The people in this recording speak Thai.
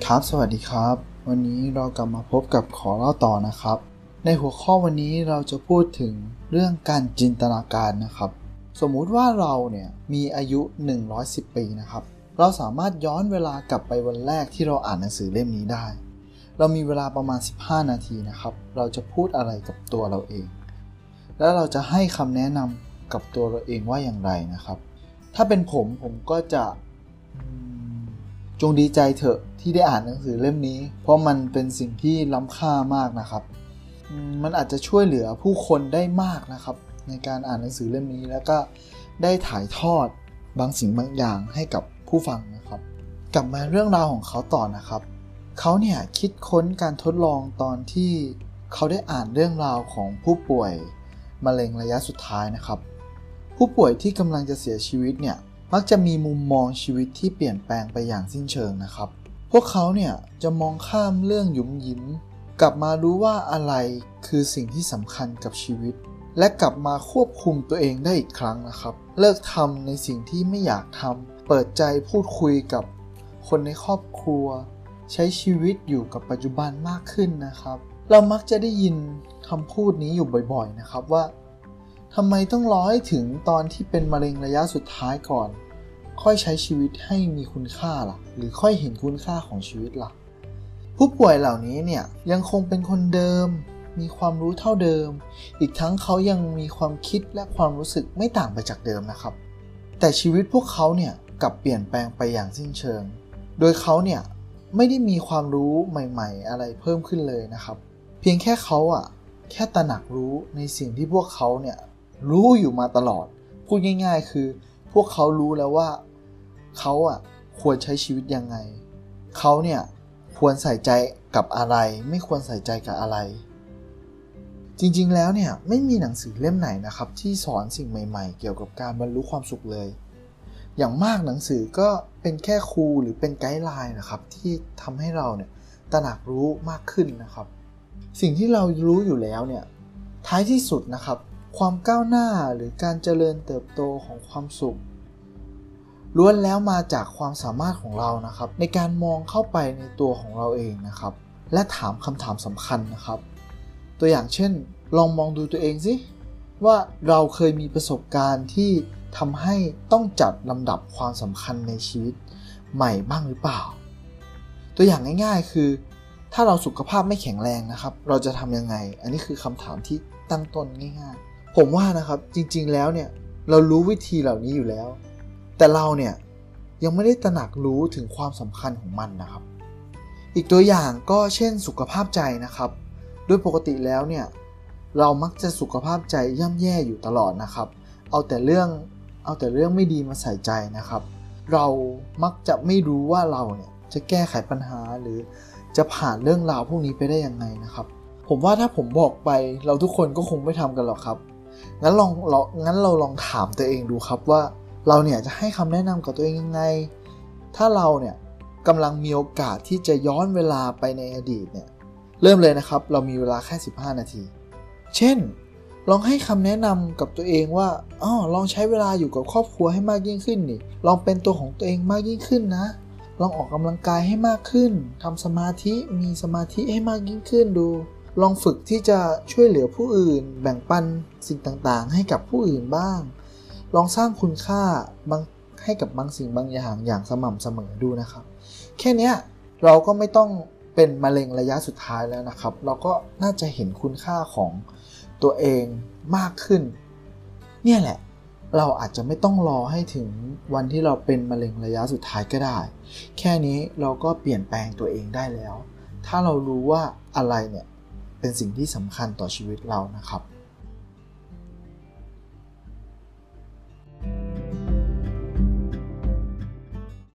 ครับสวัสดีครับวันนี้เรากลับมาพบกับขอเล่าต่อนะครับในหัวข้อวันนี้เราจะพูดถึงเรื่องการจินตนาการนะครับสมมุติว่าเราเนี่ยมีอายุ110ปีนะครับเราสามารถย้อนเวลากลับไปวันแรกที่เราอ่านหนังสือเล่มนี้ได้เรามีเวลาประมาณ15นาทีนะครับเราจะพูดอะไรกับตัวเราเองแล้วเราจะให้คำแนะนำกับตัวเราเองว่าอย่างไรนะครับถ้าเป็นผมก็จะจงดีใจเถอะที่ได้อ่านหนังสือเล่มนี้เพราะมันเป็นสิ่งที่ล้ำค่ามากนะครับมันอาจจะช่วยเหลือผู้คนได้มากนะครับในการอ่านหนังสือเล่มนี้แล้วก็ได้ถ่ายทอดบางสิ่งบางอย่างให้กับผู้ฟังนะครับกลับมาเรื่องราวของเขาต่อนะครับเขาเนี่ยคิดค้นการทดลองตอนที่เขาได้อ่านเรื่องราวของผู้ป่วยมะเร็งระยะสุดท้ายนะครับผู้ป่วยที่กำลังจะเสียชีวิตเนี่ยมักจะมีมุมมองชีวิตที่เปลี่ยนแปลงไปอย่างสิ้นเชิงนะครับพวกเขาเนี่ยจะมองข้ามเรื่องหยุมหยิมกลับมารู้ว่าอะไรคือสิ่งที่สำคัญกับชีวิตและกลับมาควบคุมตัวเองได้อีกครั้งนะครับเลิกทำในสิ่งที่ไม่อยากทำเปิดใจพูดคุยกับคนในครอบครัวใช้ชีวิตอยู่กับปัจจุบันมากขึ้นนะครับเรามักจะได้ยินคำพูดนี้อยู่บ่อยๆนะครับว่าทำไมต้องรอให้ถึงตอนที่เป็นมะเร็งระยะสุดท้ายก่อนค่อยใช้ชีวิตให้มีคุณค่าล่ะหรือค่อยเห็นคุณค่าของชีวิตล่ะผู้ป่วยเหล่านี้เนี่ยยังคงเป็นคนเดิมมีความรู้เท่าเดิมอีกทั้งเขายังมีความคิดและความรู้สึกไม่ต่างไปจากเดิมนะครับแต่ชีวิตพวกเขาเนี่ยกลับเปลี่ยนแปลงไปอย่างสิ้นเชิงโดยเขาเนี่ยไม่ได้มีความรู้ใหม่ๆอะไรเพิ่มขึ้นเลยนะครับเพียงแค่เขาแค่ตระหนักรู้ในสิ่งที่พวกเขาเนี่ยรู้อยู่มาตลอดพูดง่ายๆคือพวกเขารู้แล้วว่าเขาควรใช้ชีวิตยังไงเขาเนี่ยควรใส่ใจกับอะไรไม่ควรใส่ใจกับอะไรจริงๆแล้วเนี่ยไม่มีหนังสือเล่มไหนนะครับที่สอนสิ่งใหม่ๆเกี่ยวกับการบรรลุความสุขเลยอย่างมากหนังสือก็เป็นแค่ครูหรือเป็นไกด์ไลน์นะครับที่ทำให้เราเนี่ยตระหนักรู้มากขึ้นนะครับสิ่งที่เรารู้อยู่แล้วเนี่ยท้ายที่สุดนะครับความก้าวหน้าหรือการเจริญเติบโตของความสุขล้วนแล้วมาจากความสามารถของเรานะครับในการมองเข้าไปในตัวของเราเองนะครับและถามคำถามสำคัญนะครับตัวอย่างเช่นลองมองดูตัวเองสิว่าเราเคยมีประสบการณ์ที่ทำให้ต้องจัดลำดับความสำคัญในชีวิตใหม่บ้างหรือเปล่าตัวอย่างง่ายๆคือถ้าเราสุขภาพไม่แข็งแรงนะครับเราจะทำยังไงอันนี้คือคำถามที่ตั้งต้นง่ายๆผมว่านะครับจริงๆแล้วเนี่ยเรารู้วิธีเหล่านี้อยู่แล้วแต่เราเนี่ยยังไม่ได้ตระหนักรู้ถึงความสำคัญของมันนะครับอีกตัวอย่างก็เช่นสุขภาพใจนะครับโดยปกติแล้วเนี่ยเรามักจะสุขภาพใจย่ำแย่อยู่ตลอดนะครับเอาแต่เรื่องไม่ดีมาใส่ใจนะครับเรามักจะไม่รู้ว่าเราเนี่ยจะแก้ไขปัญหาหรือจะผ่านเรื่องราวพวกนี้ไปได้ยังไงนะครับผมว่าถ้าผมบอกไปเราทุกคนก็คงไม่ทำกันหรอกครับงั้นเราลองถามตัวเองดูครับว่าเราเนี่ยจะให้คำแนะนำกับตัวเองยังไงถ้าเราเนี่ยกำลังมีโอกาสที่จะย้อนเวลาไปในอดีตเนี่ยเริ่มเลยนะครับเรามีเวลาแค่15นาทีเช่นลองให้คำแนะนำกับตัวเองว่าลองใช้เวลาอยู่กับครอบครัวให้มากยิ่งขึ้นนี่ลองเป็นตัวของตัวเองมากยิ่งขึ้นนะลองออกกำลังกายให้มากขึ้นทำสมาธิมีสมาธิให้มากยิ่งขึ้นดูลองฝึกที่จะช่วยเหลือผู้อื่นแบ่งปันสิ่งต่างๆให้กับผู้อื่นบ้างลองสร้างคุณค่าให้กับบางสิ่งบางอย่างสม่ำเสมอดูนะครับแค่นี้เราก็ไม่ต้องเป็นมะเร็งระยะสุดท้ายแล้วนะครับเราก็น่าจะเห็นคุณค่าของตัวเองมากขึ้นเนี่ยแหละเราอาจจะไม่ต้องรอให้ถึงวันที่เราเป็นมะเร็งระยะสุดท้ายก็ได้แค่นี้เราก็เปลี่ยนแปลงตัวเองได้แล้วถ้าเรารู้ว่าอะไรเนี่ยเป็นสิ่งที่สำคัญต่อชีวิตเรานะครับ